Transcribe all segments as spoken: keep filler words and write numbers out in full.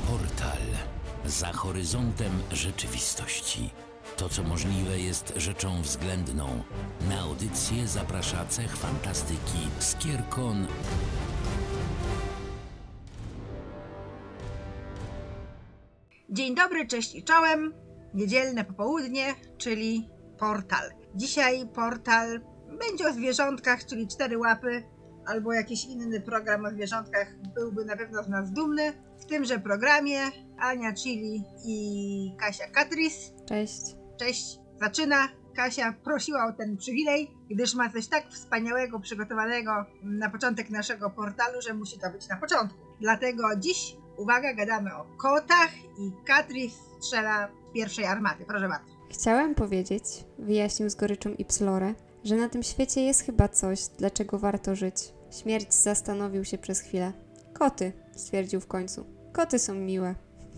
Portal. Za horyzontem rzeczywistości. To, co możliwe, jest rzeczą względną. Na audycję zaprasza cech fantastyki Skierkon. Dzień dobry, cześć i czołem. Niedzielne popołudnie, czyli Portal. Dzisiaj Portal będzie o zwierzątkach, czyli cztery łapy, albo jakiś inny program o zwierzątkach byłby na pewno z nas dumny. W tymże programie Ania Chili i Kasia Katris. Cześć. Cześć, zaczyna. Kasia prosiła o ten przywilej, gdyż ma coś tak wspaniałego przygotowanego na początek naszego portalu, że musi to być na początku. Dlatego dziś, uwaga, gadamy o kotach i Katris strzela z pierwszej armaty. Proszę bardzo. Chciałem powiedzieć, wyjaśnił z goryczą Ipslore, że na tym świecie jest chyba coś, dlaczego warto żyć. Śmierć zastanowił się przez chwilę. Koty, stwierdził w końcu. Koty są miłe.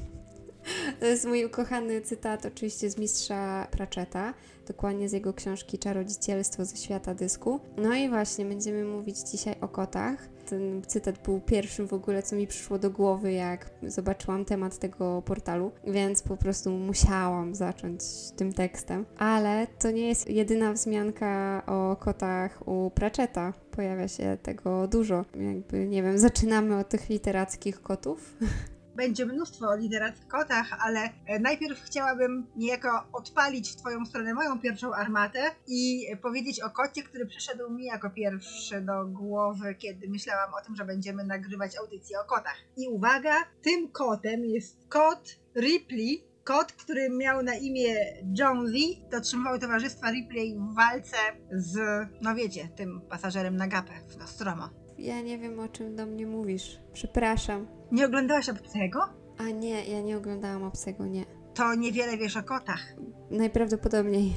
To jest mój ukochany cytat oczywiście z mistrza Pratchetta, dokładnie z jego książki Czarodziecielstwo ze świata dysku. No i właśnie będziemy mówić dzisiaj o kotach. Ten cytat był pierwszym w ogóle, co mi przyszło do głowy, jak zobaczyłam temat tego portalu, więc po prostu musiałam zacząć tym tekstem. Ale to nie jest jedyna wzmianka o kotach u Pratchetta. Pojawia się tego dużo. Jakby, nie wiem, zaczynamy od tych literackich kotów. Będzie mnóstwo o literackich kotach, ale najpierw chciałabym niejako odpalić w twoją stronę moją pierwszą armatę i powiedzieć o kocie, który przyszedł mi jako pierwszy do głowy, kiedy myślałam o tym, że będziemy nagrywać audycję o kotach. I uwaga, tym kotem jest kot Ripley, kot, który miał na imię Jonesy, dotrzymywał towarzystwa Ripley w walce z, no wiecie, tym pasażerem na gapę w Nostromo. Ja nie wiem, o czym do mnie mówisz. Przepraszam. Nie oglądałaś Obcego? A nie, ja nie oglądałam Obcego, nie. To niewiele wiesz o kotach. Najprawdopodobniej.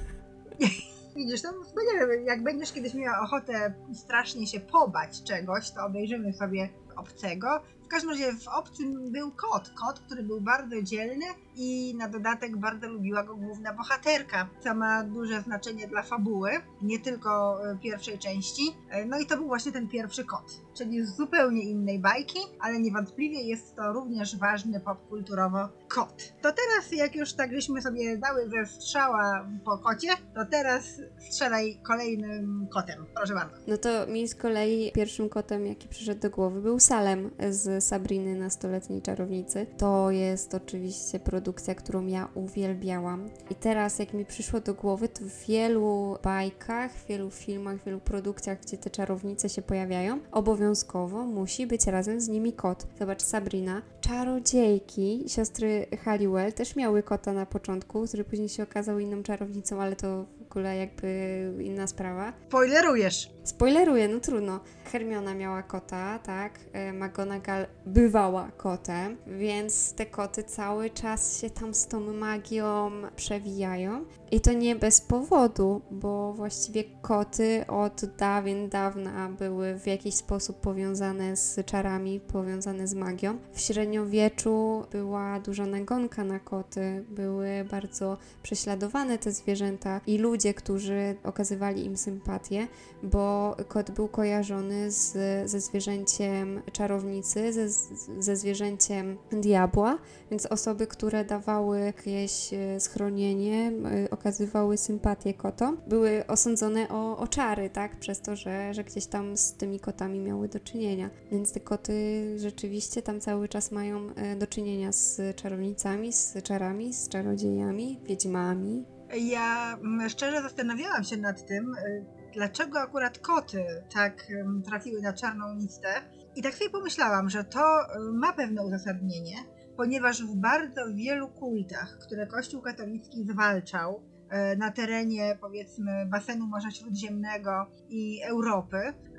Widzisz, to nie wiem, jak będziesz kiedyś miała ochotę strasznie się pobać czegoś, to obejrzymy sobie Obcego. W każdym razie w Obcym był kot, kot, który był bardzo dzielny i na dodatek bardzo lubiła go główna bohaterka, co ma duże znaczenie dla fabuły, nie tylko pierwszej części. No i to był właśnie ten pierwszy kot, czyli z zupełnie innej bajki, ale niewątpliwie jest to również ważny popkulturowo kot. To teraz, jak już tak żeśmy sobie dały ze strzała po kocie, to teraz strzelaj kolejnym kotem. Proszę bardzo. No to mi z kolei pierwszym kotem, jaki przyszedł do głowy, był Salem z Sabriny Nastoletniej Czarownicy. To jest oczywiście produkcja, którą ja uwielbiałam. I teraz jak mi przyszło do głowy, to w wielu bajkach, w wielu filmach, w wielu produkcjach, gdzie te czarownice się pojawiają, obowiązkowo musi być razem z nimi kot. Zobacz, Sabrina. Czarodziejki, siostry Halliwell też miały kota na początku, który później się okazał inną czarownicą, ale to w ogóle jakby inna sprawa. Spoilerujesz! Spoileruję, no trudno. Hermiona miała kota, tak? McGonagall bywała kotem, więc te koty cały czas się tam z tą magią przewijają. I to nie bez powodu, bo właściwie koty od dawien dawna były w jakiś sposób powiązane z czarami, powiązane z magią. W średniowieczu była duża nagonka na koty, były bardzo prześladowane te zwierzęta i ludzie, którzy okazywali im sympatię, bo kot był kojarzony z, ze zwierzęciem czarownicy, ze, ze zwierzęciem diabła, więc osoby, które dawały jakieś schronienie, okazywały sympatię kotom, były osądzone o, o czary, tak? Przez to, że, że gdzieś tam z tymi kotami miały do czynienia. Więc te koty rzeczywiście tam cały czas mają do czynienia z czarownicami, z czarami, z czarodziejami, wiedźmami. Ja szczerze zastanawiałam się nad tym, dlaczego akurat koty tak trafiły na czarną listę. I tak sobie pomyślałam, że to ma pewne uzasadnienie, ponieważ w bardzo wielu kultach, które Kościół katolicki zwalczał na terenie, powiedzmy, basenu Morza Śródziemnego i Europy,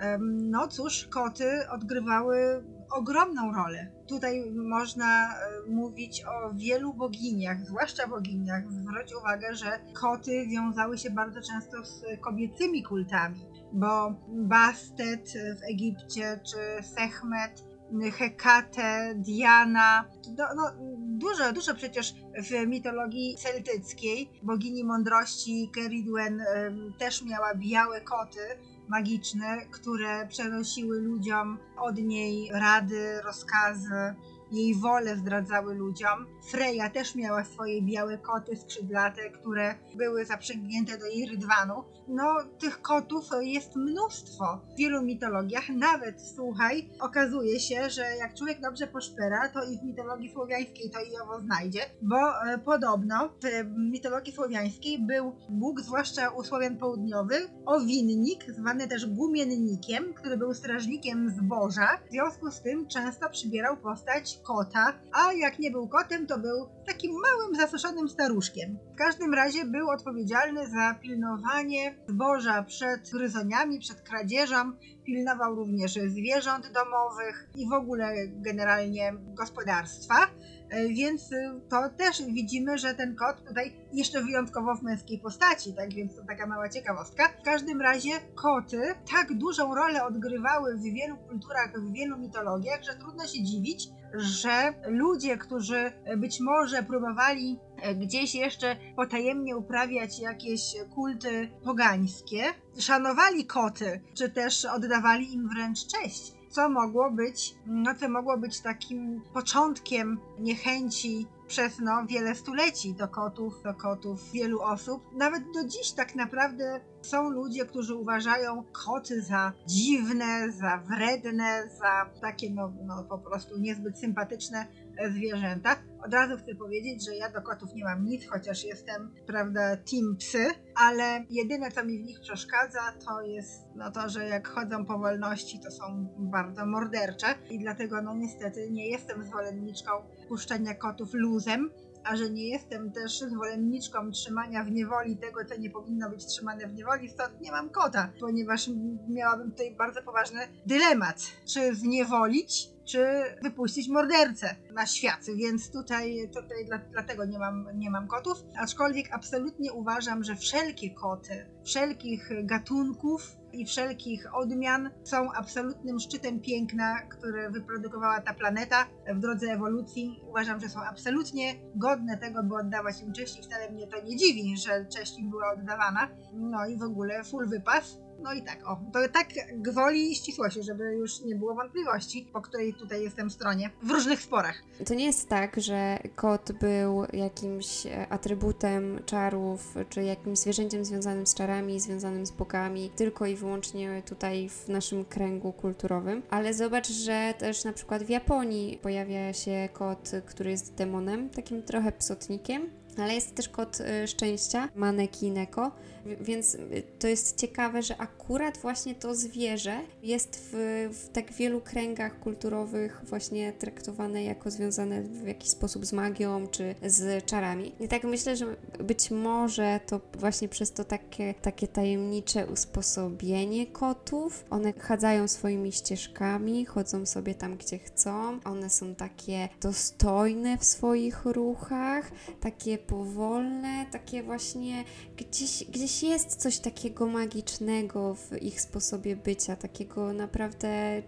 no cóż, koty odgrywały ogromną rolę. Tutaj można mówić o wielu boginiach, zwłaszcza boginiach. Zwróć uwagę, że koty wiązały się bardzo często z kobiecymi kultami, bo Bastet w Egipcie czy Sechmet, Hekate, Diana, no, no, dużo, dużo przecież w mitologii celtyckiej. Bogini mądrości Ceridwen też miała białe koty magiczne, które przenosiły ludziom od niej rady, rozkazy, jej wolę zdradzały ludziom. Freja też miała swoje białe koty skrzydlate, które były zaprzęgnięte do jej rydwanu. No, tych kotów jest mnóstwo w wielu mitologiach. Nawet, słuchaj, okazuje się, że jak człowiek dobrze poszpera, to i w mitologii słowiańskiej to i owo znajdzie, bo e, podobno w mitologii słowiańskiej był Bóg, zwłaszcza u Słowian południowych, owinnik, zwany też gumiennikiem, który był strażnikiem zboża. W związku z tym często przybierał postać kota, a jak nie był kotem, to był takim małym, zasuszonym staruszkiem. W każdym razie był odpowiedzialny za pilnowanie zboża przed gryzoniami, przed kradzieżą, pilnował również zwierząt domowych i w ogóle generalnie gospodarstwa. Więc to też widzimy, że ten kot tutaj jeszcze wyjątkowo w męskiej postaci, tak więc to taka mała ciekawostka. W każdym razie koty tak dużą rolę odgrywały w wielu kulturach, w wielu mitologiach, że trudno się dziwić, że ludzie, którzy być może próbowali gdzieś jeszcze potajemnie uprawiać jakieś kulty pogańskie, szanowali koty, czy też oddawali im wręcz cześć. Co mogło być, no co mogło być takim początkiem niechęci przez no, wiele stuleci do kotów, do kotów wielu osób. Nawet do dziś tak naprawdę są ludzie, którzy uważają koty za dziwne, za wredne, za takie no, no po prostu niezbyt sympatyczne zwierzęta. Od razu chcę powiedzieć, że ja do kotów nie mam nic, chociaż jestem, prawda, team psy, ale jedyne, co mi w nich przeszkadza, to jest no to, że jak chodzą po wolności, to są bardzo mordercze i dlatego no niestety nie jestem zwolenniczką puszczenia kotów luzem, a że nie jestem też zwolenniczką trzymania w niewoli tego, co nie powinno być trzymane w niewoli, stąd nie mam kota, ponieważ miałabym tutaj bardzo poważny dylemat, czy zniewolić, czy wypuścić mordercę na świat, więc tutaj, tutaj dla, dlatego nie mam, nie mam kotów, aczkolwiek absolutnie uważam, że wszelkie koty, wszelkich gatunków i wszelkich odmian są absolutnym szczytem piękna, które wyprodukowała ta planeta w drodze ewolucji. Uważam, że są absolutnie godne tego, by oddawać im cześć i wcale mnie to nie dziwi, że cześć im była oddawana. No i w ogóle full wypas. No i tak, o, to tak gwoli ścisłości, żeby już nie było wątpliwości, po której tutaj jestem stronie, w różnych sporach. To nie jest tak, że kot był jakimś atrybutem czarów, czy jakimś zwierzęciem związanym z czarami, związanym z bogami, tylko i wyłącznie tutaj w naszym kręgu kulturowym. Ale zobacz, że też na przykład w Japonii pojawia się kot, który jest demonem, takim trochę psotnikiem. Ale jest też kot y, szczęścia, Maneki Neko, w, więc y, to jest ciekawe, że akurat właśnie to zwierzę jest w, w tak wielu kręgach kulturowych właśnie traktowane jako związane w jakiś sposób z magią czy z czarami. I tak myślę, że być może to właśnie przez to takie, takie tajemnicze usposobienie kotów, one chadzają swoimi ścieżkami, chodzą sobie tam, gdzie chcą, one są takie dostojne w swoich ruchach, takie powolne, takie właśnie gdzieś, gdzieś jest coś takiego magicznego w ich sposobie bycia, takiego naprawdę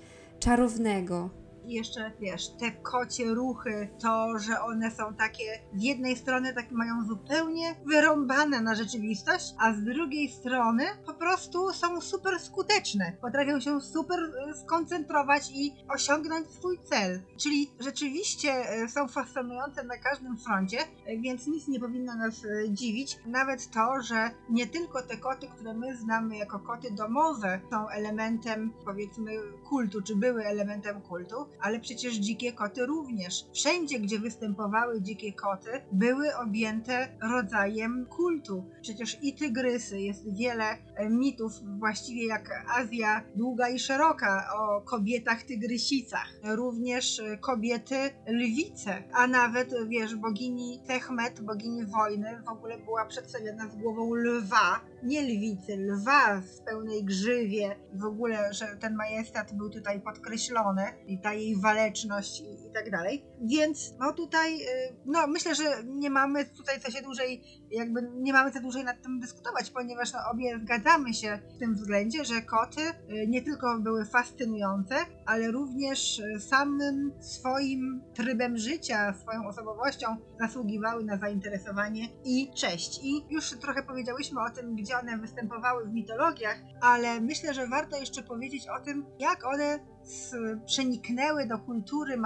czarownego. I jeszcze, wiesz, te kocie ruchy, to, że one są takie, z jednej strony tak mają zupełnie wyrąbane na rzeczywistość, a z drugiej strony po prostu są super skuteczne. Potrafią się super skoncentrować i osiągnąć swój cel. Czyli rzeczywiście są fascynujące na każdym froncie, więc nic nie powinno nas dziwić. Nawet to, że nie tylko te koty, które my znamy jako koty domowe, są elementem, powiedzmy, kultu, czy były elementem kultu, ale przecież dzikie koty również. Wszędzie, gdzie występowały dzikie koty, były objęte rodzajem kultu. Przecież i tygrysy, jest wiele mitów, właściwie jak Azja długa i szeroka, o kobietach tygrysicach. Również kobiety lwice, a nawet, wiesz, bogini Sehmet, bogini wojny, w ogóle była przedstawiona z głową lwa, nie lwicy, lwa w pełnej grzywie. W ogóle, że ten majestat był tutaj podkreślony i ta jej waleczność i, i tak dalej. Więc no tutaj, no myślę, że nie mamy tutaj co się dłużej, jakby nie mamy co dłużej nad tym dyskutować, ponieważ no, obie zgadzamy się w tym względzie, że koty nie tylko były fascynujące, ale również samym swoim trybem życia, swoją osobowością zasługiwały na zainteresowanie i cześć. I już trochę powiedziałyśmy o tym, gdzie one występowały w mitologiach, ale myślę, że warto jeszcze powiedzieć o tym, jak one przeniknęły do kultury masowej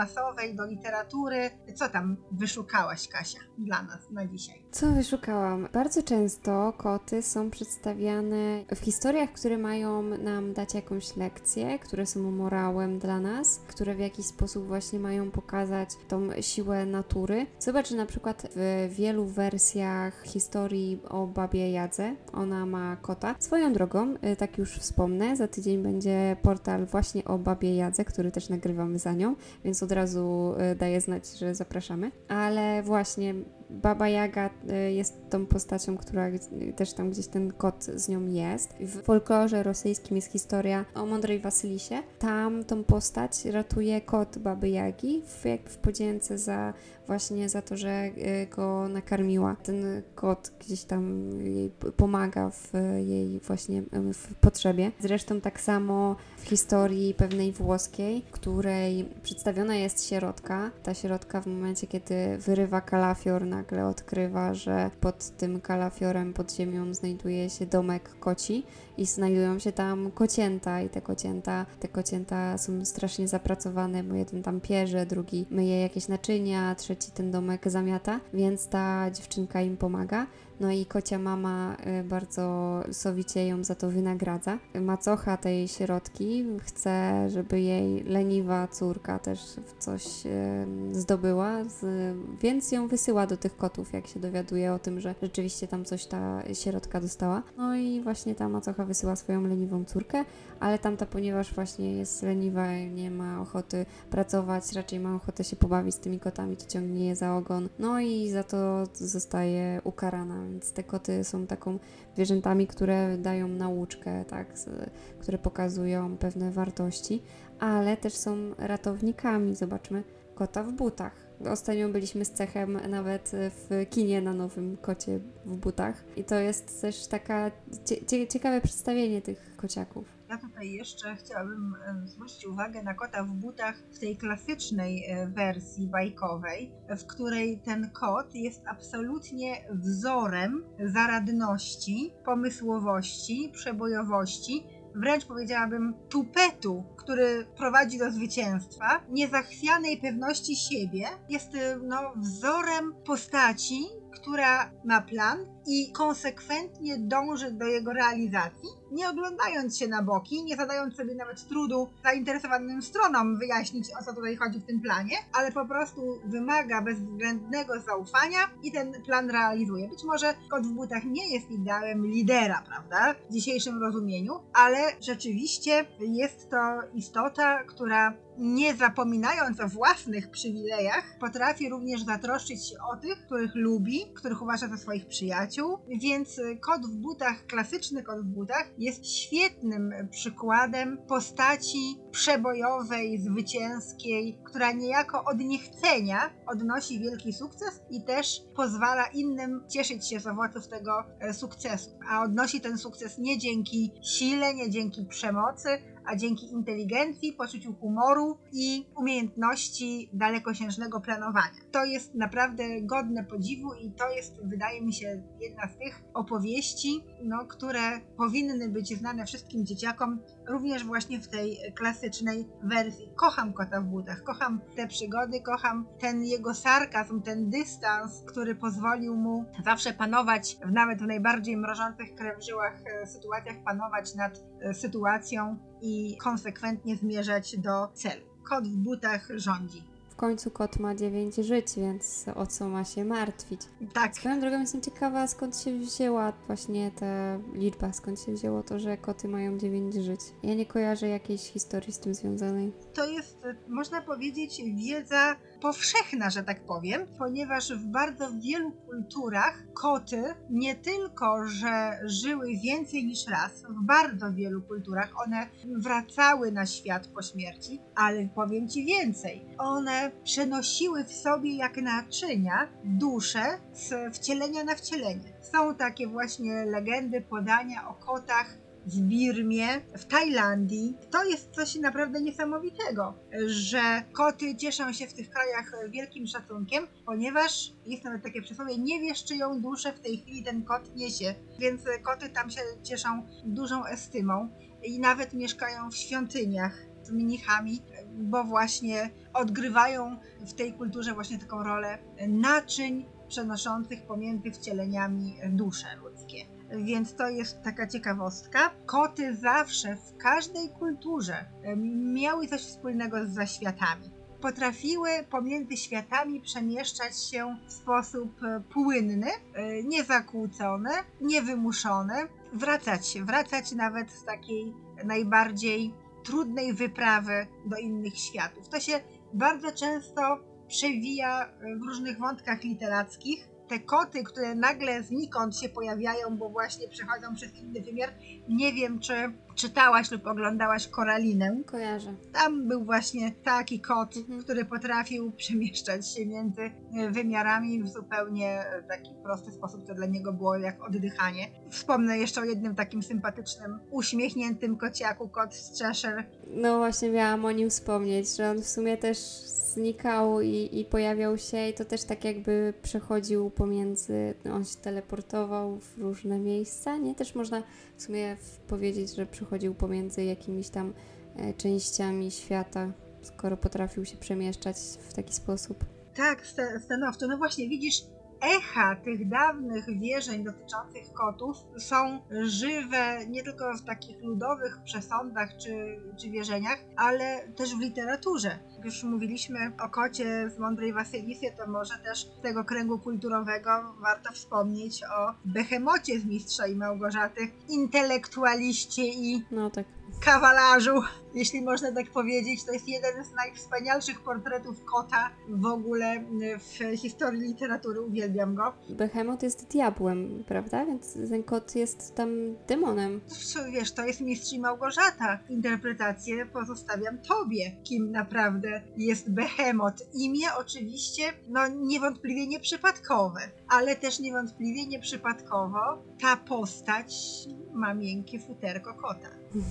bajowej, do literatury. Co tam wyszukałaś, Kasia, dla nas na dzisiaj? Co wyszukałam? Bardzo często koty są przedstawiane w historiach, które mają nam dać jakąś lekcję, które są morałem dla nas, które w jakiś sposób właśnie mają pokazać tą siłę natury. Zobacz, że na przykład w wielu wersjach historii o babie Jadze, ona ma kota. Swoją drogą, tak już wspomnę, za tydzień będzie portal właśnie o babie Jadze, który też nagrywamy za nią, więc od razu daję znać, że zapraszamy. Ale właśnie Baba Jaga jest tą postacią, która też tam gdzieś ten kot z nią jest. W folklorze rosyjskim jest historia o mądrej Wasylisie. Tam tą postać ratuje kot Baby Jagi w, jak w podzięce za właśnie za to, że go nakarmiła. Ten kot gdzieś tam jej pomaga w jej właśnie w potrzebie. Zresztą tak samo w historii pewnej włoskiej, w której przedstawiona jest sierotka. Ta sierotka w momencie, kiedy wyrywa kalafior, nagle odkrywa, że pod tym kalafiorem, pod ziemią znajduje się domek koci i znajdują się tam kocięta i te kocięta, te kocięta są strasznie zapracowane, bo jeden tam pierze, drugi myje jakieś naczynia, trzeci ten domek zamiata, więc ta dziewczynka im pomaga. No i kocia mama bardzo sowicie ją za to wynagradza. Macocha tej sierotki chce, żeby jej leniwa córka też coś zdobyła, więc ją wysyła do tych kotów, jak się dowiaduje o tym, że rzeczywiście tam coś ta sierotka dostała. No i właśnie ta macocha wysyła swoją leniwą córkę, ale tamta, ponieważ właśnie jest leniwa i nie ma ochoty pracować, raczej ma ochotę się pobawić z tymi kotami, to ciągnie je za ogon. No i za to zostaje ukarana. Więc te koty są taką zwierzętami, które dają nauczkę, tak, które pokazują pewne wartości, ale też są ratownikami. Zobaczmy kota w butach. Ostatnio byliśmy z Cechem nawet w kinie na nowym kocie w butach i to jest też taka cie- ciekawe przedstawienie tych kociaków. Ja tutaj jeszcze chciałabym zwrócić uwagę na kota w butach w tej klasycznej wersji bajkowej, w której ten kot jest absolutnie wzorem zaradności, pomysłowości, przebojowości, wręcz powiedziałabym tupetu, który prowadzi do zwycięstwa, niezachwianej pewności siebie, jest no, wzorem postaci, która ma plan i konsekwentnie dąży do jego realizacji, nie oglądając się na boki, nie zadając sobie nawet trudu zainteresowanym stronom wyjaśnić, o co tutaj chodzi w tym planie, ale po prostu wymaga bezwzględnego zaufania i ten plan realizuje. Być może kot w butach nie jest ideałem lidera, prawda, w dzisiejszym rozumieniu, ale rzeczywiście jest to istota, która nie zapominając o własnych przywilejach, potrafi również zatroszczyć się o tych, których lubi, których uważa za swoich przyjaciół, więc kot w butach, klasyczny kot w butach jest świetnym przykładem postaci przebojowej, zwycięskiej, która niejako od niechcenia odnosi wielki sukces i też pozwala innym cieszyć się z owoców tego sukcesu, a odnosi ten sukces nie dzięki sile, nie dzięki przemocy, a dzięki inteligencji, poczuciu humoru i umiejętności dalekosiężnego planowania. To jest naprawdę godne podziwu i to jest, wydaje mi się, jedna z tych opowieści, no, które powinny być znane wszystkim dzieciakom, również właśnie w tej klasycznej wersji. Kocham kota w butach, kocham te przygody, kocham ten jego sarkazm, ten dystans, który pozwolił mu zawsze panować, nawet w najbardziej mrożących krew w żyłach sytuacjach, panować nad sytuacją i konsekwentnie zmierzać do celu. Kot w butach rządzi. W końcu kot ma dziewięć żyć, więc o co ma się martwić? Tak. Swoją drogą jestem ciekawa, skąd się wzięła właśnie ta liczba, skąd się wzięło to, że koty mają dziewięć żyć. Ja nie kojarzę jakiejś historii z tym związanej. To jest, można powiedzieć, wiedza powszechna, że tak powiem, ponieważ w bardzo wielu kulturach koty nie tylko, że żyły więcej niż raz, w bardzo wielu kulturach one wracały na świat po śmierci, ale powiem Ci więcej, one przenosiły w sobie jak naczynia duszę z wcielenia na wcielenie. Są takie właśnie legendy, podania o kotach w Birmie, w Tajlandii. To jest coś naprawdę niesamowitego, że koty cieszą się w tych krajach wielkim szacunkiem, ponieważ jest nawet takie przysłowie, nie wiesz, czyją duszę w tej chwili ten kot niesie, więc koty tam się cieszą dużą estymą i nawet mieszkają w świątyniach z mnichami. bo właśnie odgrywają w tej kulturze właśnie taką rolę naczyń przenoszących pomiędzy wcieleniami dusze ludzkie. Więc to jest taka ciekawostka. Koty zawsze w każdej kulturze miały coś wspólnego z zaświatami. Potrafiły pomiędzy światami przemieszczać się w sposób płynny, niezakłócony, niewymuszony, wracać, wracać nawet z takiej najbardziej trudnej wyprawy do innych światów. To się bardzo często przewija w różnych wątkach literackich. Te koty, które nagle znikąd się pojawiają, bo właśnie przechodzą przez inny wymiar. Nie wiem, czy czytałaś lub oglądałaś Koralinę. Kojarzę. Tam był właśnie taki kot, Mhm. który potrafił przemieszczać się między wymiarami w zupełnie taki prosty sposób, to dla niego było jak oddychanie. Wspomnę jeszcze o jednym takim sympatycznym, uśmiechniętym kociaku, kot z Cheshire. No właśnie miałam o nim wspomnieć, że on w sumie też znikał i, i pojawiał się i to też tak jakby przechodził pomiędzy, no on się teleportował w różne miejsca, nie? Też można w sumie w- powiedzieć, że przechodził pomiędzy jakimiś tam e, częściami świata, skoro potrafił się przemieszczać w taki sposób. Tak, sta- stanowczo. No właśnie, widzisz, echa tych dawnych wierzeń dotyczących kotów są żywe nie tylko w takich ludowych przesądach czy, czy wierzeniach, ale też w literaturze. Jak już mówiliśmy o kocie z Mądrej Wasylisie, to może też z tego kręgu kulturowego warto wspomnieć o Behemocie z Mistrza i Małgorzaty, intelektualiście i No tak. kawalarzu, jeśli można tak powiedzieć. To jest jeden z najwspanialszych portretów kota w ogóle w historii literatury. Uwielbiam go. Behemoth jest diabłem, prawda? Więc ten kot jest tam demonem. Wiesz, to jest Mistrz i Małgorzata. Interpretację pozostawiam tobie, kim naprawdę jest Behemot. Imię oczywiście, no niewątpliwie nieprzypadkowe, ale też niewątpliwie nieprzypadkowo ta postać ma miękkie futerko kota.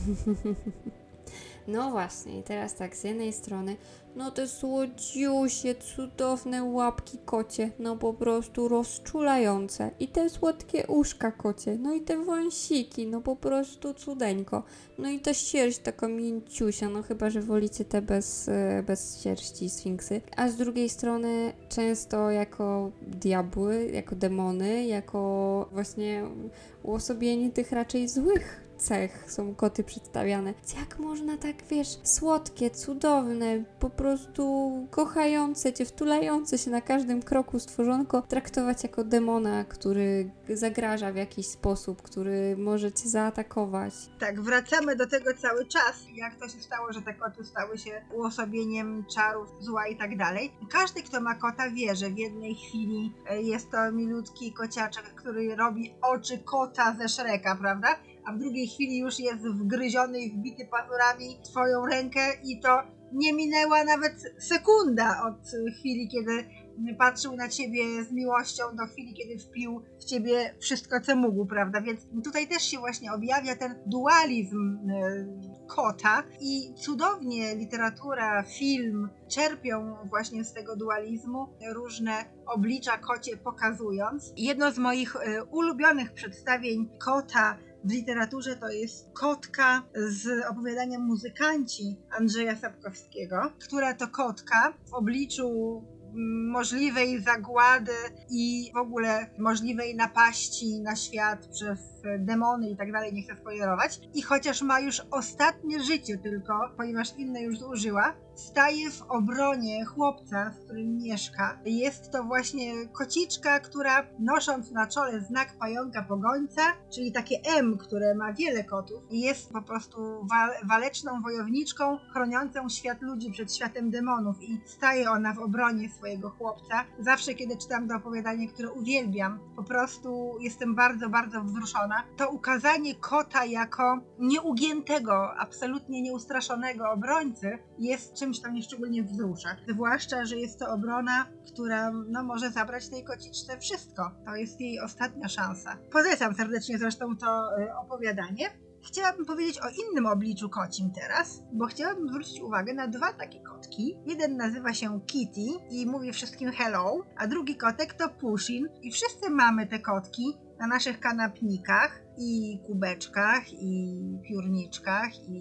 No właśnie, i teraz tak, z jednej strony, no te słodziusie, cudowne łapki kocie, no po prostu rozczulające. I te słodkie uszka kocie, no i te wąsiki, no po prostu cudeńko. No i ta sierść taka mięciusia, no chyba, że wolicie te bez, e, bez sierści sfinksy. A z drugiej strony często jako diabły, jako demony, jako właśnie uosobienie tych raczej złych cech są koty przedstawiane. Jak można tak, wiesz, słodkie, cudowne, po prostu kochające cię, wtulające się na każdym kroku stworzonko traktować jako demona, który zagraża w jakiś sposób, który może cię zaatakować. Tak, wracamy do tego cały czas. Jak to się stało, że te koty stały się uosobieniem czarów, zła i tak dalej. Każdy, kto ma kota, wie, że w jednej chwili e, jest to milutki kociaczek, który robi oczy kota ze Shreka, prawda? A w drugiej chwili już jest wgryziony i wbity pazurami w twoją rękę i to nie minęła nawet sekunda od chwili, kiedy patrzył na ciebie z miłością do chwili, kiedy wpił w ciebie wszystko, co mógł, prawda? Więc tutaj też się właśnie objawia ten dualizm y, kota i cudownie literatura, film czerpią właśnie z tego dualizmu różne oblicza kocie pokazując. Jedno z moich y, ulubionych przedstawień kota w literaturze to jest kotka z opowiadania Muzykanci Andrzeja Sapkowskiego, która to kotka w obliczu możliwej zagłady i w ogóle możliwej napaści na świat przez demony i tak dalej, nie chcę spoilerować. I chociaż ma już ostatnie życie tylko, ponieważ inne już zużyła, staje w obronie chłopca, z którym mieszka. Jest to właśnie kociczka, która nosząc na czole znak pająka pogońca, czyli takie M, które ma wiele kotów, jest po prostu wa- waleczną wojowniczką chroniącą świat ludzi przed światem demonów i staje ona w obronie swojego chłopca. Zawsze, kiedy czytam to opowiadanie, które uwielbiam, po prostu jestem bardzo, bardzo wzruszona. To ukazanie kota jako nieugiętego, absolutnie nieustraszonego obrońcy jest czymś, co mnie szczególnie wzrusza. Zwłaszcza, że jest to obrona, która no, może zabrać tej kociczce wszystko. To jest jej ostatnia szansa. Polecam serdecznie zresztą to y, opowiadanie. Chciałabym powiedzieć o innym obliczu kocim teraz, bo chciałabym zwrócić uwagę na dwa takie kotki. Jeden nazywa się Kitty i mówi wszystkim hello, a drugi kotek to Pushin i wszyscy mamy te kotki na naszych kanapnikach i kubeczkach i piórniczkach i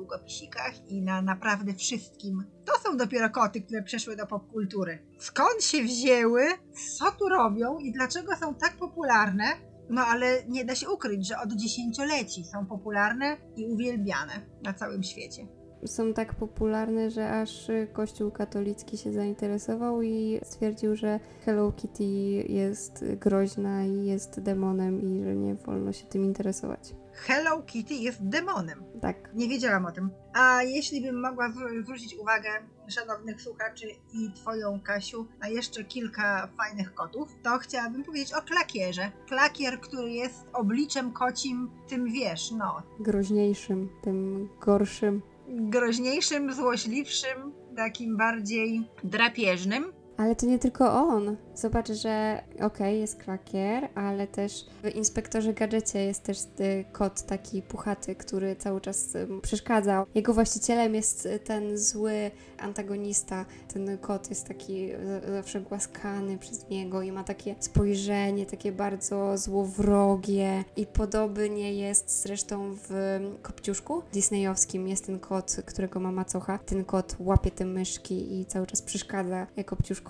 długopisikach i na naprawdę wszystkim. To są dopiero koty, które przeszły do popkultury. Skąd się wzięły, co tu robią i dlaczego są tak popularne? No ale nie da się ukryć, że od dziesięcioleci są popularne i uwielbiane na całym świecie. Są tak popularne, że aż Kościół katolicki się zainteresował i stwierdził, że Hello Kitty jest groźna i jest demonem i że nie wolno się tym interesować. Hello Kitty jest demonem. Tak. Nie wiedziałam o tym. A jeśli bym mogła zwrócić uwagę szanownych słuchaczy i twoją, Kasiu, na jeszcze kilka fajnych kotów, to chciałabym powiedzieć o klakierze. Klakier, który jest obliczem kocim, tym wiesz, no, Groźniejszym, tym gorszym. groźniejszym, złośliwszym, takim bardziej drapieżnym. Ale to nie tylko on. Zobacz, że okej, okay, jest klakier, ale też w Inspektorze Gadżecie jest też y, kot taki puchaty, który cały czas y, przeszkadzał. Jego właścicielem jest y, ten zły antagonista. Ten kot jest taki y, zawsze głaskany przez niego i ma takie spojrzenie, takie bardzo złowrogie. I podobnie jest zresztą w Kopciuszku disneyowskim. Jest ten kot, którego ma macocha. Ten kot łapie te myszki i cały czas przeszkadza Kopciuszkowi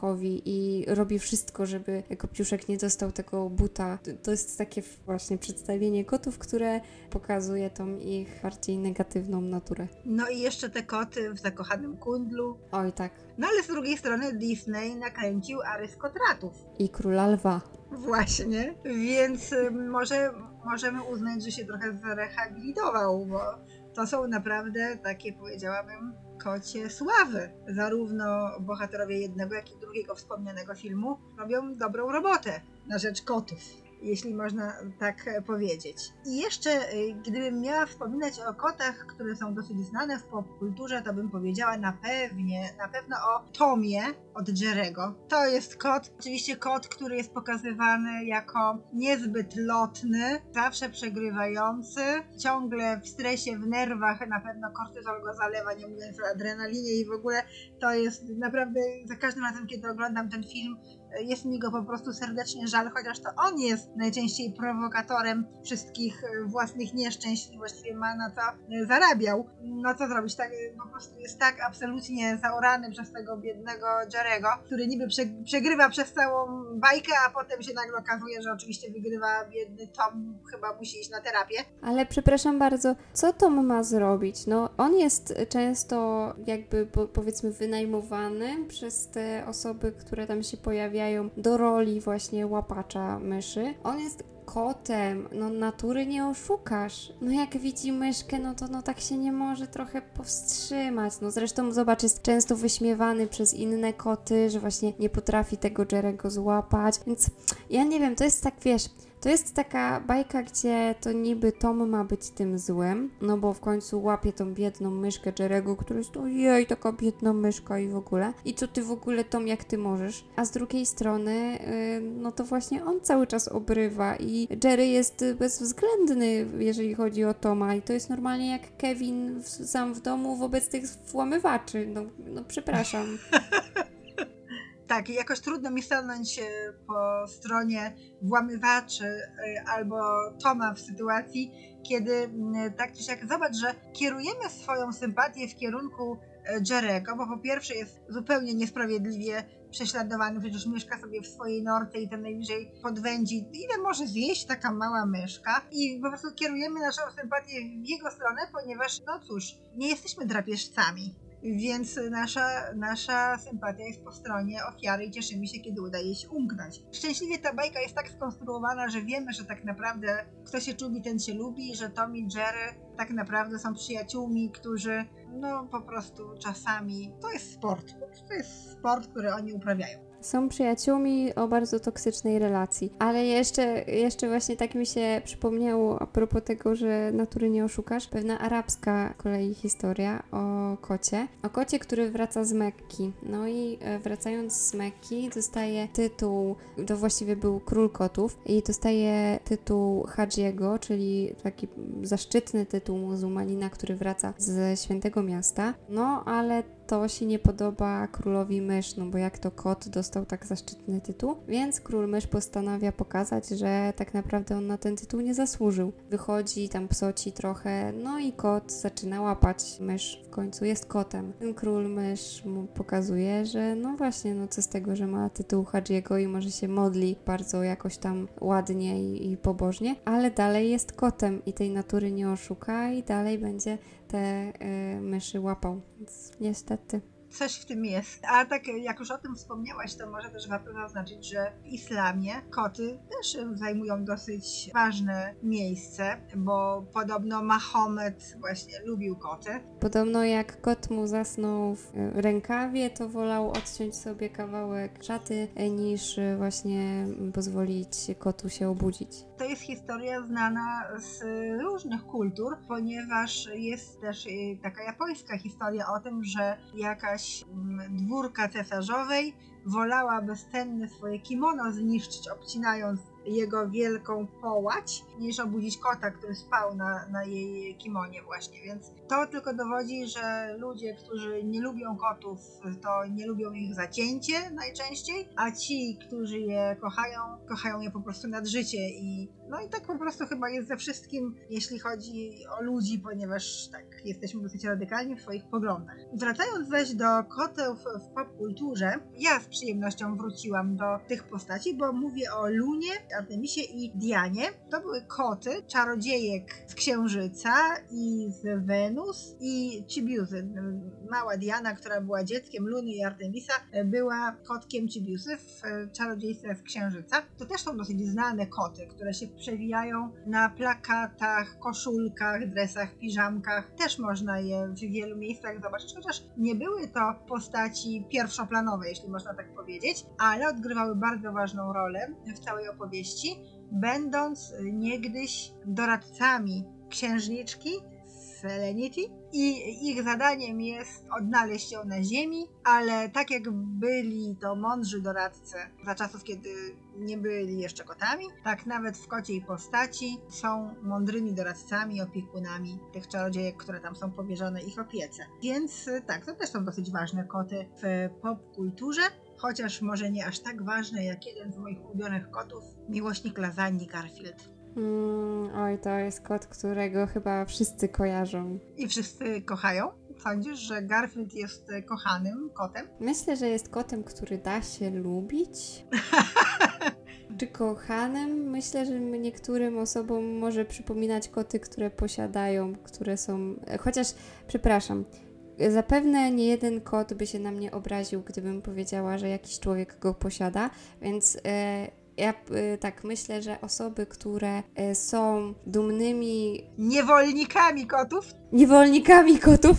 i robi wszystko, żeby Kopciuszek nie dostał tego buta. To jest takie właśnie przedstawienie kotów, które pokazuje tą ich bardziej negatywną naturę. No i jeszcze te koty w Zakochanym Kundlu. Oj tak. No ale z drugiej strony Disney nakręcił Arystokratów. I Króla Lwa. Właśnie, więc y, może możemy uznać, że się trochę zrehabilitował, bo to są naprawdę takie, powiedziałabym, kocie sławy. Zarówno bohaterowie jednego, jak i drugiego wspomnianego filmu robią dobrą robotę na rzecz kotów, jeśli można tak powiedzieć. I jeszcze, gdybym miała wspominać o kotach, które są dosyć znane w popkulturze, to bym powiedziała na pewnie, na pewno o Tomie od Jerry'ego. To jest kot, oczywiście kot, który jest pokazywany jako niezbyt lotny, zawsze przegrywający, ciągle w stresie, w nerwach, na pewno kortyzol go zalewa, nie mówiąc o adrenalinie i w ogóle to jest naprawdę, za każdym razem, kiedy oglądam ten film, jest mi go po prostu serdecznie żal, chociaż to on jest najczęściej prowokatorem wszystkich własnych nieszczęść i właściwie ma na co zarabiał. No co zrobić, tak, po prostu jest tak absolutnie zaorany przez tego biednego Jerry'ego, który niby prze, przegrywa przez całą bajkę, a potem się nagle okazuje, że oczywiście wygrywa biedny Tom, chyba musi iść na terapię. Ale przepraszam bardzo, co Tom ma zrobić? No on jest często jakby po, powiedzmy wynajmowany przez te osoby, które tam się pojawiają do roli właśnie łapacza myszy. On jest kotem, no natury nie oszukasz. No jak widzi myszkę, no to no tak się nie może trochę powstrzymać. No zresztą zobacz, jest często wyśmiewany przez inne koty, że właśnie nie potrafi tego Jerry'ego złapać, więc ja nie wiem, to jest tak, wiesz, to jest taka bajka, gdzie to niby Tom ma być tym złym, no bo w końcu łapie tą biedną myszkę Jerry'ego, który jest ojej, taka biedna myszka i w ogóle. I co ty w ogóle, Tom, jak ty możesz? A z drugiej strony, yy, no to właśnie on cały czas obrywa i Jerry jest bezwzględny, jeżeli chodzi o Toma i to jest normalnie jak Kevin w, sam w domu wobec tych włamywaczy. No, no przepraszam. Tak, jakoś trudno mi stanąć po stronie włamywaczy albo Toma w sytuacji, kiedy tak czy siak, zobacz, że kierujemy swoją sympatię w kierunku Jerry'ego, bo po pierwsze jest zupełnie niesprawiedliwie prześladowany, przecież mieszka sobie w swojej norce i ten najwyżej podwędzi, ile może zjeść taka mała myszka, i po prostu kierujemy naszą sympatię w jego stronę, ponieważ, no cóż, nie jesteśmy drapieżcami. Więc nasza, nasza sympatia jest po stronie ofiary i cieszymy się, kiedy udaje się umknąć. Szczęśliwie ta bajka jest tak skonstruowana, że wiemy, że tak naprawdę kto się czubi, ten się lubi, że Tom i Jerry tak naprawdę są przyjaciółmi, którzy no po prostu czasami, to jest sport, to jest sport, który oni uprawiają. Są przyjaciółmi o bardzo toksycznej relacji. Ale jeszcze, jeszcze właśnie tak mi się przypomniało a propos tego, że natury nie oszukasz. Pewna arabska z kolei historia o kocie. O kocie, który wraca z Mekki. No i wracając z Mekki dostaje tytuł, to właściwie był król kotów, i dostaje tytuł Hadżiego, czyli taki zaszczytny tytuł muzułmanina, który wraca ze świętego miasta. No ale to się nie podoba królowi mysz, no bo jak to kot dostał tak zaszczytny tytuł, więc król mysz postanawia pokazać, że tak naprawdę on na ten tytuł nie zasłużył. Wychodzi, tam psoci trochę, no i kot zaczyna łapać mysz, w końcu jest kotem. Ten król mysz mu pokazuje, że no właśnie, no co z tego, że ma tytuł Hadżiego i może się modli bardzo jakoś tam ładnie i, i pobożnie, ale dalej jest kotem i tej natury nie oszuka i dalej będzie te y, myszy łapał, więc niestety. Coś w tym jest. A tak jak już o tym wspomniałaś, to może też warto zaznaczyć, że w islamie koty też zajmują dosyć ważne miejsce, bo podobno Mahomet właśnie lubił koty. Podobno jak kot mu zasnął w rękawie, to wolał odciąć sobie kawałek szaty, niż właśnie pozwolić kotu się obudzić. To jest historia znana z różnych kultur, ponieważ jest też taka japońska historia o tym, że jakaś dwórka cesarzowej wolała bezcenne swoje kimono zniszczyć, obcinając jego wielką połać, niż obudzić kota, który spał na, na jej kimonie właśnie, więc to tylko dowodzi, że ludzie, którzy nie lubią kotów, to nie lubią ich za cięcie najczęściej, a ci, którzy je kochają, kochają je po prostu nad życie i no i tak po prostu chyba jest ze wszystkim, jeśli chodzi o ludzi, ponieważ tak, jesteśmy dosyć radykalni w swoich poglądach. Wracając zaś do kotów w popkulturze, ja z przyjemnością wróciłam do tych postaci, bo mówię o Lunie, Artemisie i Dianie. To były koty, czarodziejek z Księżyca i z Wenus i Cibiusy. Mała Diana, która była dzieckiem Luny i Artemisa, była kotkiem Cibiusy w Czarodziejstwie z Księżyca. To też są dosyć znane koty, które się przewijają na plakatach, koszulkach, dresach, piżamkach. Też można je w wielu miejscach zobaczyć, chociaż nie były to postaci pierwszoplanowe, jeśli można tak powiedzieć, ale odgrywały bardzo ważną rolę w całej opowieści, będąc niegdyś doradcami księżniczki Selenity i ich zadaniem jest odnaleźć ją na ziemi, ale tak jak byli to mądrzy doradcy za czasów, kiedy nie byli jeszcze kotami, tak nawet w kociej postaci są mądrymi doradcami, opiekunami tych czarodziejek, które tam są powierzone ich opiece. Więc tak, to też są dosyć ważne koty w popkulturze. Chociaż może nie aż tak ważne jak jeden z moich ulubionych kotów, miłośnik lasagne Garfield. Mm, oj, to jest kot, którego chyba wszyscy kojarzą. I wszyscy kochają? Sądzisz, że Garfield jest kochanym kotem? Myślę, że jest kotem, który da się lubić. Czy kochanym? Myślę, że niektórym osobom może przypominać koty, które posiadają, które są... Chociaż, przepraszam, zapewne nie jeden kot by się na mnie obraził, gdybym powiedziała, że jakiś człowiek go posiada, więc e, ja e, tak myślę, że osoby, które e, są dumnymi... Niewolnikami kotów? Niewolnikami kotów...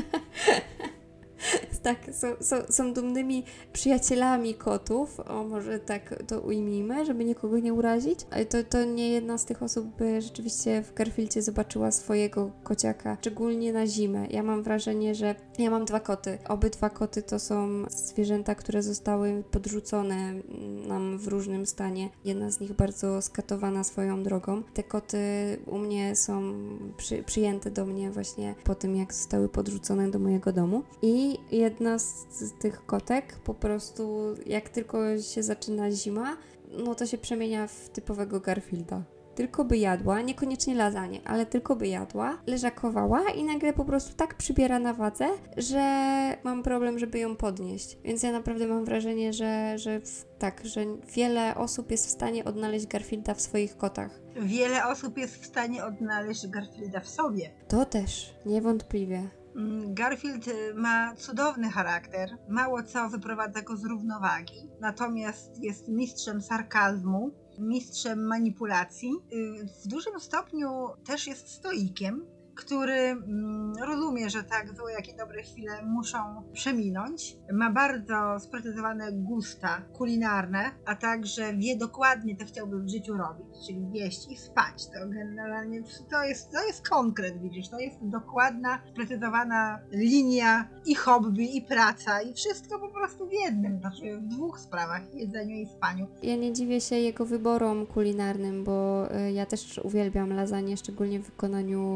Tak, są, są, są dumnymi przyjacielami kotów, o może tak to ujmijmy, żeby nikogo nie urazić. Ale to, to nie jedna z tych osób by rzeczywiście w Garfieldzie zobaczyła swojego kociaka, szczególnie na zimę. Ja mam wrażenie, że ja mam dwa koty. Obydwa koty to są zwierzęta, które zostały podrzucone nam w różnym stanie. Jedna z nich bardzo skatowana swoją drogą. Te koty u mnie są przy, przyjęte do mnie właśnie po tym, jak zostały podrzucone do mojego domu. I jedna z, z tych kotek po prostu, jak tylko się zaczyna zima, no to się przemienia w typowego Garfielda. Tylko by jadła, niekoniecznie lasagne, ale tylko by jadła, leżakowała i nagle po prostu tak przybiera na wadze, że mam problem, żeby ją podnieść. Więc ja naprawdę mam wrażenie, że, że w, tak, że wiele osób jest w stanie odnaleźć Garfielda w swoich kotach. Wiele osób jest w stanie odnaleźć Garfielda w sobie. To też, niewątpliwie. Garfield ma cudowny charakter, mało co wyprowadza go z równowagi, natomiast jest mistrzem sarkazmu, mistrzem manipulacji. W dużym stopniu też jest stoikiem, który mm, rozumie, że tak złe jak i dobre chwile muszą przeminąć. Ma bardzo sprecyzowane gusta kulinarne, a także wie dokładnie, co chciałby w życiu robić, czyli jeść i spać. To generalnie to jest, to jest konkret, widzisz, to jest dokładna, sprecyzowana linia i hobby, i praca, i wszystko po prostu w jednym, znaczy w dwóch sprawach, jedzeniu i spaniu. Ja nie dziwię się jego wyborom kulinarnym, bo y, ja też uwielbiam lasagne, szczególnie w wykonaniu jednej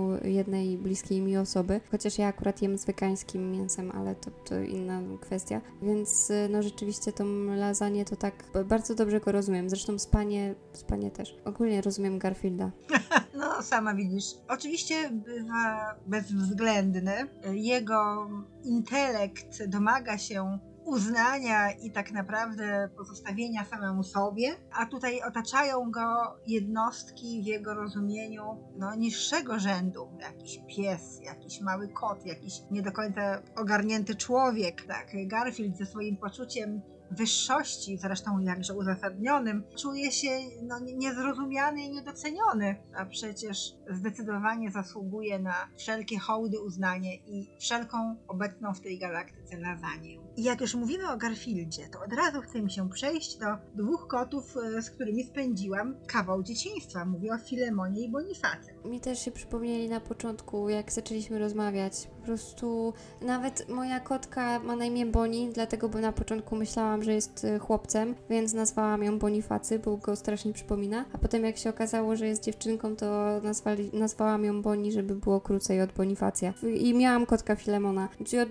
jednej bliskiej mi osoby, chociaż ja akurat jem z wegańskim mięsem, ale to, to inna kwestia, więc no rzeczywiście tą lasagne to tak bardzo dobrze go rozumiem, zresztą spanie, spanie też. Ogólnie rozumiem Garfielda. No, sama widzisz. Oczywiście bywa bezwzględny. Jego intelekt domaga się uznania i tak naprawdę pozostawienia samemu sobie, a tutaj otaczają go jednostki w jego rozumieniu no, niższego rzędu. Jakiś pies, jakiś mały kot, jakiś nie do końca ogarnięty człowiek. Tak, Garfield ze swoim poczuciem wyższości, zresztą jakże uzasadnionym, czuje się no, niezrozumiany i niedoceniony, a przecież zdecydowanie zasługuje na wszelkie hołdy, uznanie i wszelką obecną w tej galaktyce lasagne. I jak już mówimy o Garfieldzie, to od razu chcę mi się przejść do dwóch kotów, z którymi spędziłam kawał dzieciństwa. Mówię o Filemonie i Bonifacym. Mi też się przypomnieli na początku, jak zaczęliśmy rozmawiać. Po prostu nawet moja kotka ma na imię Boni, dlatego bo na początku myślałam, że jest chłopcem, więc nazwałam ją Bonifacy, bo go strasznie przypomina. A potem jak się okazało, że jest dziewczynką, to nazwali, nazwałam ją Boni, żeby było krócej od Bonifacja. I miałam kotka Filemona. Ja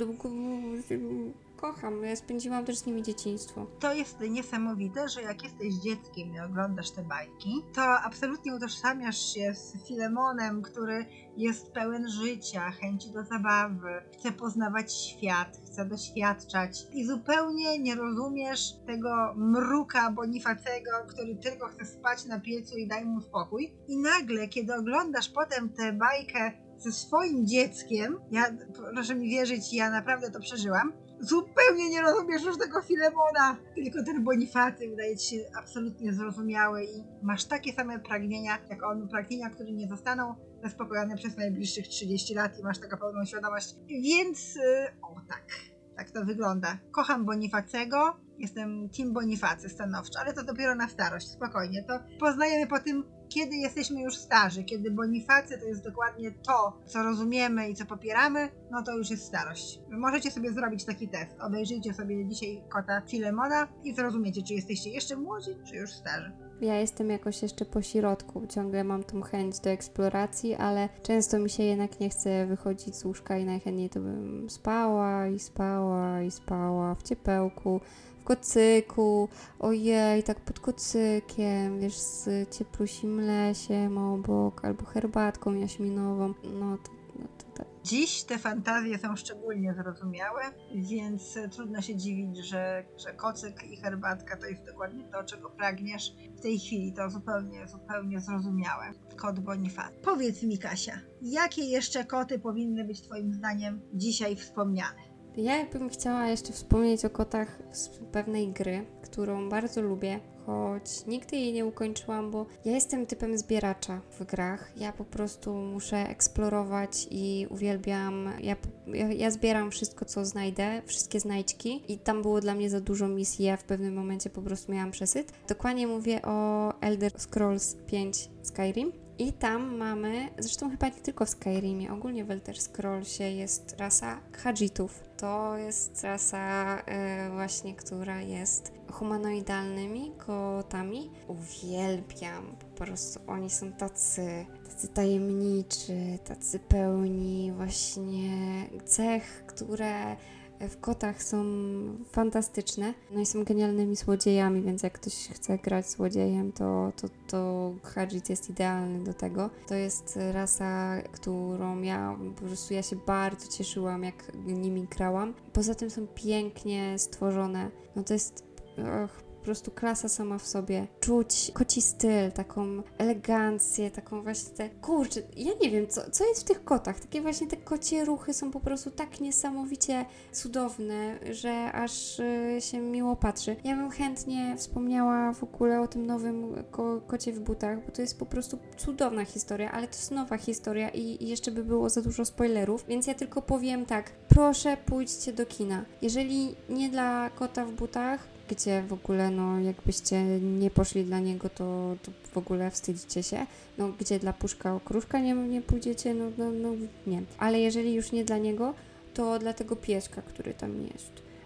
kocham, ja spędziłam też z nimi dzieciństwo. To jest niesamowite, że jak jesteś dzieckiem i oglądasz te bajki, to absolutnie utożsamiasz się z Filemonem, który jest pełen życia, chęci do zabawy, chce poznawać świat, chce doświadczać i zupełnie nie rozumiesz tego mruka Bonifacego, który tylko chce spać na piecu i daj mu spokój. I nagle, kiedy oglądasz potem tę bajkę ze swoim dzieckiem, ja, proszę mi wierzyć, ja naprawdę to przeżyłam, zupełnie nie rozumiesz już tego Filemona, tylko ten Bonifacy wydaje ci się absolutnie zrozumiały i masz takie same pragnienia, jak on, pragnienia, które nie zostaną zaspokojone przez najbliższych trzydzieści lat i masz tego pełną świadomość. Więc, yy, o tak, tak to wygląda. Kocham Bonifacego, jestem team Bonifacy stanowczo, ale to dopiero na starość, spokojnie. To poznajemy po tym, kiedy jesteśmy już starzy, kiedy Bonifacy to jest dokładnie to, co rozumiemy i co popieramy, no to już jest starość. Możecie sobie zrobić taki test. Obejrzyjcie sobie dzisiaj kota Filemona i zrozumiecie, czy jesteście jeszcze młodzi, czy już starzy. Ja jestem jakoś jeszcze po środku, ciągle mam tą chęć do eksploracji, ale często mi się jednak nie chce wychodzić z łóżka i najchętniej to bym spała i spała i spała w ciepełku, w kocyku, ojej, tak pod kocykiem, wiesz, z cieplusim lesiem obok, albo herbatką jaśminową, no to, no to tak. Dziś te fantazje są szczególnie zrozumiałe, więc trudno się dziwić, że, że kocyk i herbatka to jest dokładnie to, czego pragniesz w tej chwili. To zupełnie, zupełnie zrozumiałe. Kot Bonifacy. Powiedz mi, Kasia, jakie jeszcze koty powinny być twoim zdaniem dzisiaj wspomniane? Ja bym chciała jeszcze wspomnieć o kotach z pewnej gry, którą bardzo lubię, choć nigdy jej nie ukończyłam, bo ja jestem typem zbieracza w grach. Ja po prostu muszę eksplorować i uwielbiam, ja, ja, ja zbieram wszystko, co znajdę, wszystkie znajdźki i tam było dla mnie za dużo misji, ja w pewnym momencie po prostu miałam przesyt. Dokładnie mówię o Elder Scrolls pięć Skyrim. I tam mamy, zresztą chyba nie tylko w Skyrimie, ogólnie w Elder Scrollsie jest rasa Khajiitów. To jest rasa e, właśnie, która jest humanoidalnymi kotami. Uwielbiam, po prostu oni są tacy, tacy tajemniczy, tacy pełni właśnie cech, które w kotach są fantastyczne. No i są genialnymi złodziejami, więc jak ktoś chce grać złodziejem, to, to, to Khajiit jest idealny do tego. To jest rasa, którą ja po prostu ja się bardzo cieszyłam, jak nimi grałam. Poza tym są pięknie stworzone. No to jest och, po prostu klasa sama w sobie. Czuć koci styl, taką elegancję, taką właśnie te... Kurczę, ja nie wiem, co, co jest w tych kotach. Takie właśnie te kocie ruchy są po prostu tak niesamowicie cudowne, że aż y, się miło patrzy. Ja bym chętnie wspomniała w ogóle o tym nowym ko- kocie w butach, bo to jest po prostu cudowna historia, ale to jest nowa historia i, i jeszcze by było za dużo spoilerów, więc ja tylko powiem tak, proszę pójdźcie do kina. Jeżeli nie dla kota w butach, gdzie w ogóle, no jakbyście nie poszli dla niego, to, to w ogóle wstydzicie się. No gdzie dla Puszka Okruszka nie, nie pójdziecie, no, no, no nie. Ale jeżeli już nie dla niego, to dla tego pieska, który tam jest.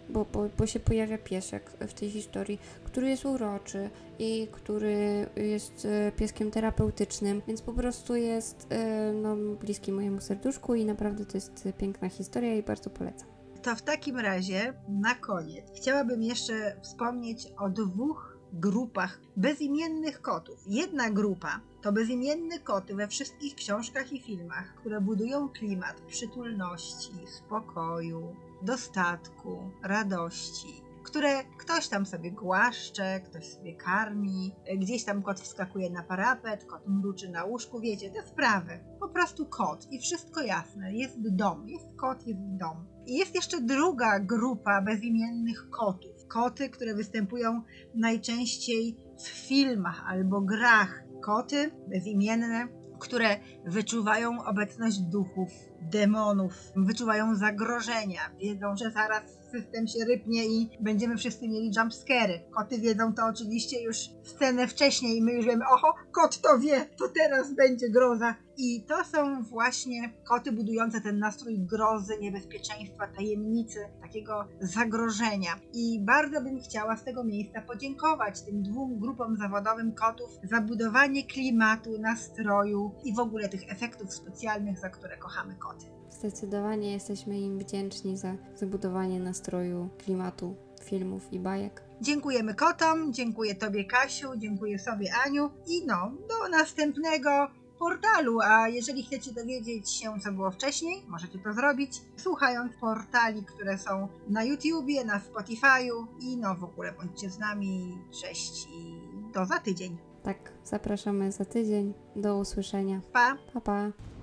bo, bo, bo się pojawia piesek w tej historii, który jest uroczy i który jest e, pieskiem terapeutycznym, więc po prostu jest e, no, bliski mojemu serduszku i naprawdę to jest piękna historia i bardzo polecam. To w takim razie na koniec chciałabym jeszcze wspomnieć o dwóch grupach bezimiennych kotów. Jedna grupa to bezimienne koty we wszystkich książkach i filmach, które budują klimat przytulności, spokoju, dostatku, radości, które ktoś tam sobie głaszcze, ktoś sobie karmi, gdzieś tam kot wskakuje na parapet, kot mruczy na łóżku, wiecie, te sprawy. Po prostu kot i wszystko jasne, jest dom, jest kot, jest dom. I jest jeszcze druga grupa bezimiennych kotów. Koty, które występują najczęściej w filmach albo grach. Koty bezimienne, które wyczuwają obecność duchów, demonów, wyczuwają zagrożenia, wiedzą, że zaraz system się rypnie i będziemy wszyscy mieli jumpscary. Koty wiedzą to oczywiście już scenę wcześniej i my już wiemy, oho, kot to wie, to teraz będzie groza. I to są właśnie koty budujące ten nastrój grozy, niebezpieczeństwa, tajemnicy, takiego zagrożenia. I bardzo bym chciała z tego miejsca podziękować tym dwóm grupom zawodowym kotów za budowanie klimatu, nastroju i w ogóle tych efektów specjalnych, za które kochamy koty. Zdecydowanie jesteśmy im wdzięczni za zabudowanie nastroju, klimatu, filmów i bajek. Dziękujemy kotom, dziękuję Tobie Kasiu, dziękuję sobie Aniu i no, do następnego portalu, a jeżeli chcecie dowiedzieć się, co było wcześniej, możecie to zrobić słuchając portali, które są na YouTubie, na Spotify'u i no w ogóle bądźcie z nami, cześć i do za tydzień. Tak, zapraszamy za tydzień. Do usłyszenia. Pa! Pa, pa.